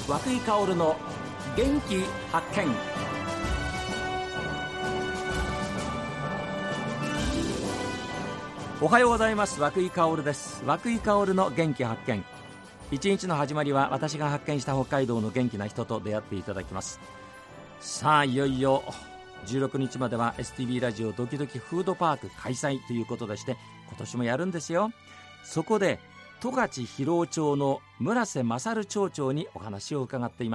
井香の元気発見。おはようございます。涌井香です。涌井香の元気発見。一日の始まりは私が発見した北海道の元気な人と出会っていただきます。さあ、いよいよ16日までは STB ラジオドキドキフードパーク開催ということでして、今年もやるんですよ。そこで十勝広尾町の村瀬勝町長にお話を伺っています。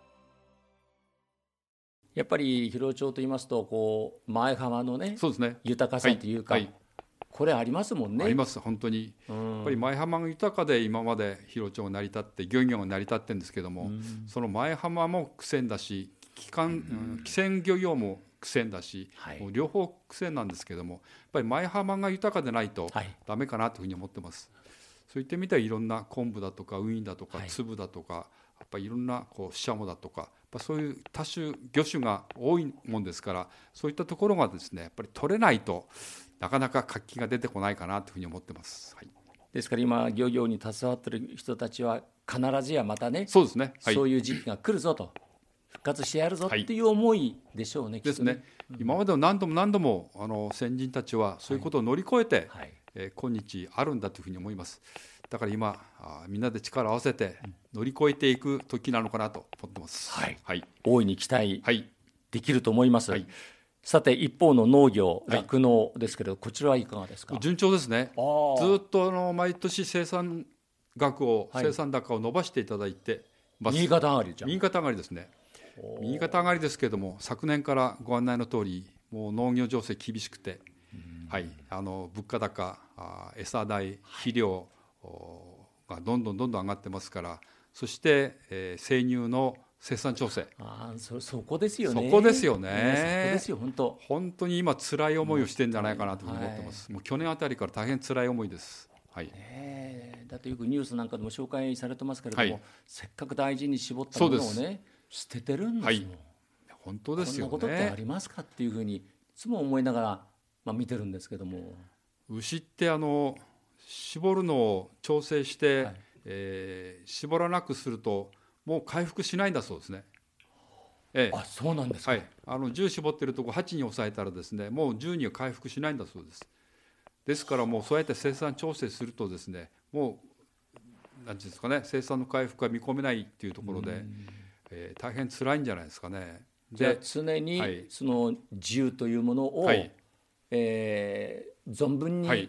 やっぱり広尾町と言いますと、こう前浜のね、 そうですね、 豊かさというか、これありますもんね。 あります。本当に、やっぱり前浜が豊かで今まで広尾町が成り立って漁業が成り立ってるんですけども、その前浜も苦戦だし、汽船漁業も苦戦だし、もう両方苦戦なんですけども、やっぱり前浜が豊かでないとダメかなというふうに思ってます。そういった意味ではいろんな昆布だとかウニだとか粒だとか、やっぱりいろんなシシャモだとか、やっぱそういう多種魚種が多いもんですから、そういったところがですね、やっぱり取れないとなかなか活気が出てこないかなというふうに思ってます。 ですから今漁業に携わっている人たちは必ずやまたね、 そうですね、 そういう時期が来るぞと、復活してやるぞっていう思いでしょうね、きっとね。 ですね。今までも何度も先人たちはそういうことを乗り越えて、今日あるんだというふうに思います。だから今みんなで力を合わせて乗り越えていく時なのかなと思ってます。 大いに期待できると思います。さて、一方の農業、酪農ですけど、こちらはいかがですか。 順調ですね。ずっと毎年生産高を伸ばしていただいてます。 右肩上がりじゃん。 右肩上がりですね。右肩上がりですけれども、昨年からご案内の通り、もう農業情勢厳しくて、物価高、餌代、肥料がどんどん上がってますから、そして、生乳の生産調整、 そこですよね。 そこですよね。 そこですよ、 本当に今辛い思いをしてるんじゃないかなと思ってます。もう去年あたりから大変辛い思いです。 だってよくニュースなんかでも紹介されてますけれども、せっかく大事に絞ったものをね、捨ててるんですもん。 本当ですよね。 こんなことってありますかっていうふうにいつも思いながら、見てるんですけども、 牛って絞るのを調整して、絞らなくするともう回復しないんだそうですね。 そうなんですか。 10絞ってるとこ8に抑えたらですね、もう10には回復しないんだそうです。ですからもうそうやって生産調整するとですね、もう何ていうんですかね、生産の回復が見込めないっていうところで、大変辛いんじゃないですかね。 じゃあ常にその自由というものを、存分に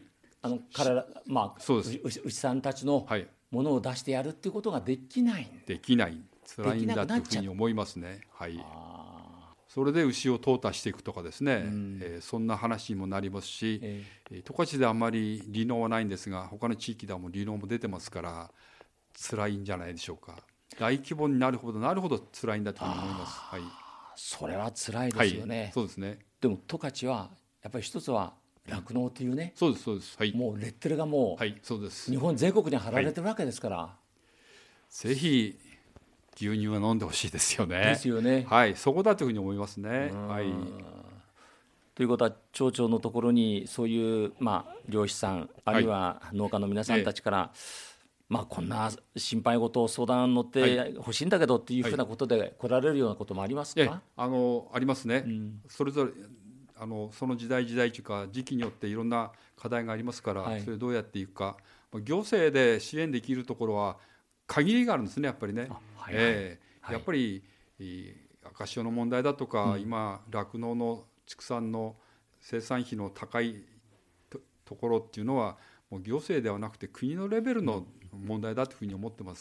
牛さんたちのものを出してやるっていうことができない。 辛いんだというふうに思いますね。それで牛を淘汰していくとかですね、そんな話にもなりますし、十勝であんまり離農はないんですが、他の地域ではもう離農も出てますから、辛いんじゃないでしょうか。大規模になるほど辛いんだというふうに思います。 それは辛いですよね。 そうですね。 でも十勝はやっぱり一つは酪農というね、 そうです。 もうレッテルがもう、 そうです。 日本全国に貼られてるわけですから、 ぜひ牛乳は飲んでほしいですよね。 ですよね。 そこだというふうに思いますね。 ということは町長のところにそういう、漁師さんあるいは農家の皆さんたちから、こんな心配事を相談乗ってほしいんだけどっていうふうなことで来られるようなこともありますか。 ありますね。それぞれその時代というか時期によっていろんな課題がありますから、それをどうやっていくか、行政で支援できるところは限りがあるんですね、やっぱりね。やっぱり赤潮の問題だとか、今酪農の畜産の生産費の高いところっていうのはもう行政ではなくて国のレベルの問題だというふうに思ってます。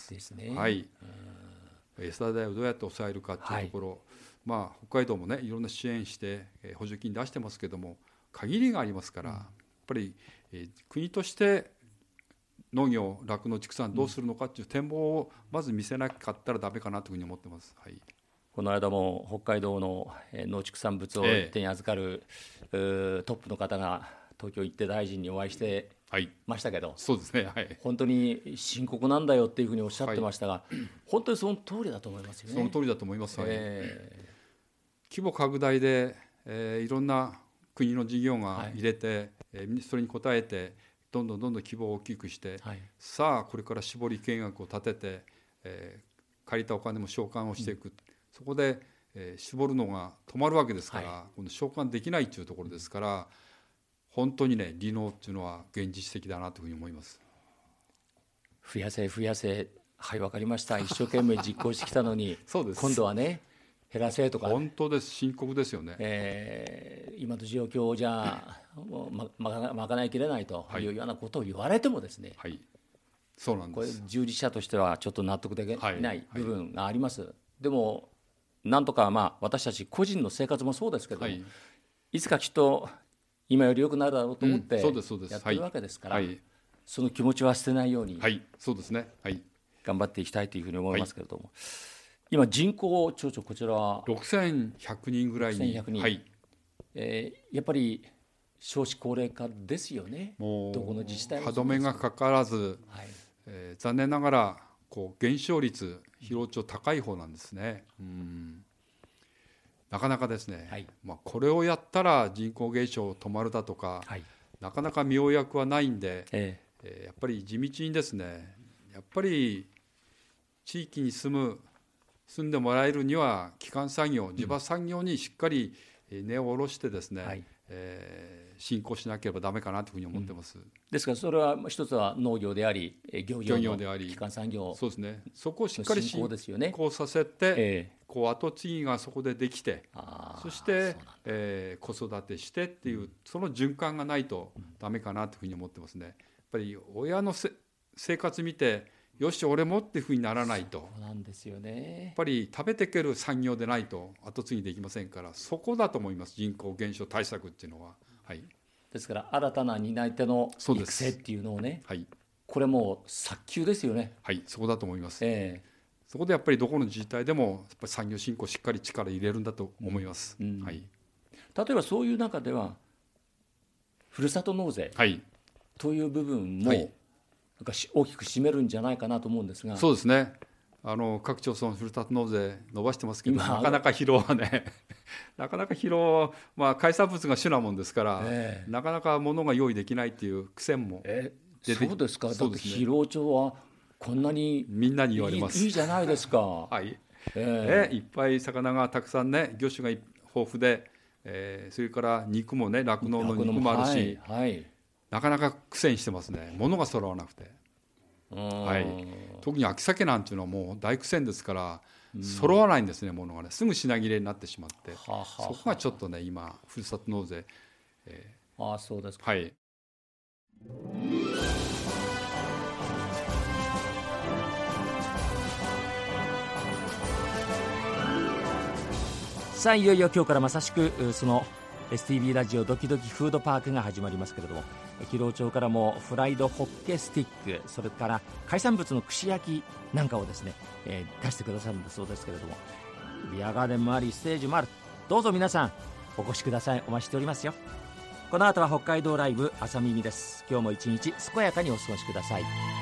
餌代をどうやって抑えるかっていうところ、北海道もねいろんな支援して補助金出してますけども、限りがありますから、やっぱり国として農業酪農畜産どうするのかっていう展望をまず見せなかったらダメかなというふうに思ってます。 この間も北海道の農畜産物を手に預かる、トップの方が東京行って大臣にお会いしてましたけど、 そうですね、 本当に深刻なんだよっていうふうにおっしゃってましたが、本当にその通りだと思いますよね。 その通りだと思います。規模拡大で、いろんな国の事業が入れて、それに応えてどんどん規模を大きくして、さあこれから絞り計画を立てて、 借りたお金も償還をしていく、そこで、絞るのが止まるわけですから、今度償還できないというところですから、本当にね、離農っていうのは現実的だなというふうに思います。 増やせ増やせ、はい、分かりました、一生懸命実行してきたのにそうです、 今度はね、減らせとか、 本当です、深刻ですよね。 今の状況じゃもう賄いきれないというようなことを言われてもですね、 はい、そうなんです。 これ従事者としてはちょっと納得できない部分があります。でもなんとか、私たち個人の生活もそうですけど、いつかきっと今より良くなるだろうと思ってやってるわけですから、その気持ちは捨てないようにそうですね、 頑張っていきたいというふうに思いますけれども、今人口町長、こちらは 6100人ぐらいに、 やっぱり少子高齢化ですよね。 もうどこの自治体も歯止めがかからず、残念ながら減少率、広尾町高い方なんですね。なかなかですね、これをやったら人口減少止まるだとか、なかなか妙薬はないんで、やっぱり地道にですね、やっぱり地域に住んでもらえるには基幹産業、地場産業にしっかり根を下ろしてですね、進行しなければダメかなというふうに思ってます。 ですからそれは一つは農業であり漁業であり基幹産業、 そうですね、そこをしっかり進行させて、後継ぎがそこでできて、そして、子育てしてっていう、その循環がないとダメかなというふうに思ってますね。やっぱり親の生活見て、よし俺もっていうふうにならないと、 そうなんですよね、 やっぱり食べていける産業でないと後継ぎできませんから、そこだと思います、人口減少対策っていうのは。 ですから新たな担い手の育成っていうのをね、これもう早急ですよね。 そこだと思います。そこでやっぱりどこの自治体でもやっぱり産業振興しっかり力入れるんだと思います。例えばそういう中ではふるさと納税という部分もなんか大きく占めるんじゃないかなと思うんですが。 そうですね、各町村ふるさと納税伸ばしてますけど、なかなか疲労はねなかなか疲労、海産物が主なもんですから、なかなか物が用意できないっていう苦戦も出て、 そうですか。だって広尾町はこんなにみんなに言われます。 いいじゃないですか。 いっぱい魚がたくさんね、魚種が豊富で、それから肉もね、酪農の肉もあるし、なかなか苦戦してますね、物が揃わなくて。特に秋鮭なんていうのはもう大苦戦ですから、揃わないんですね、物がね、すぐ品切れになってしまって、そこがちょっとね、今ふるさと納税、 そうですか。さあいよいよ今日からまさしくその STB ラジオドキドキフードパークが始まりますけれども、広尾町からもフライドホッケスティック、それから海産物の串焼きなんかをですね、出してくださるんだそうですけれども、ビアガーデンもありステージもある。どうぞ皆さんお越しください。お待ちしておりますよ。この後は北海道ライブ朝耳です。今日も一日健やかにお過ごしください。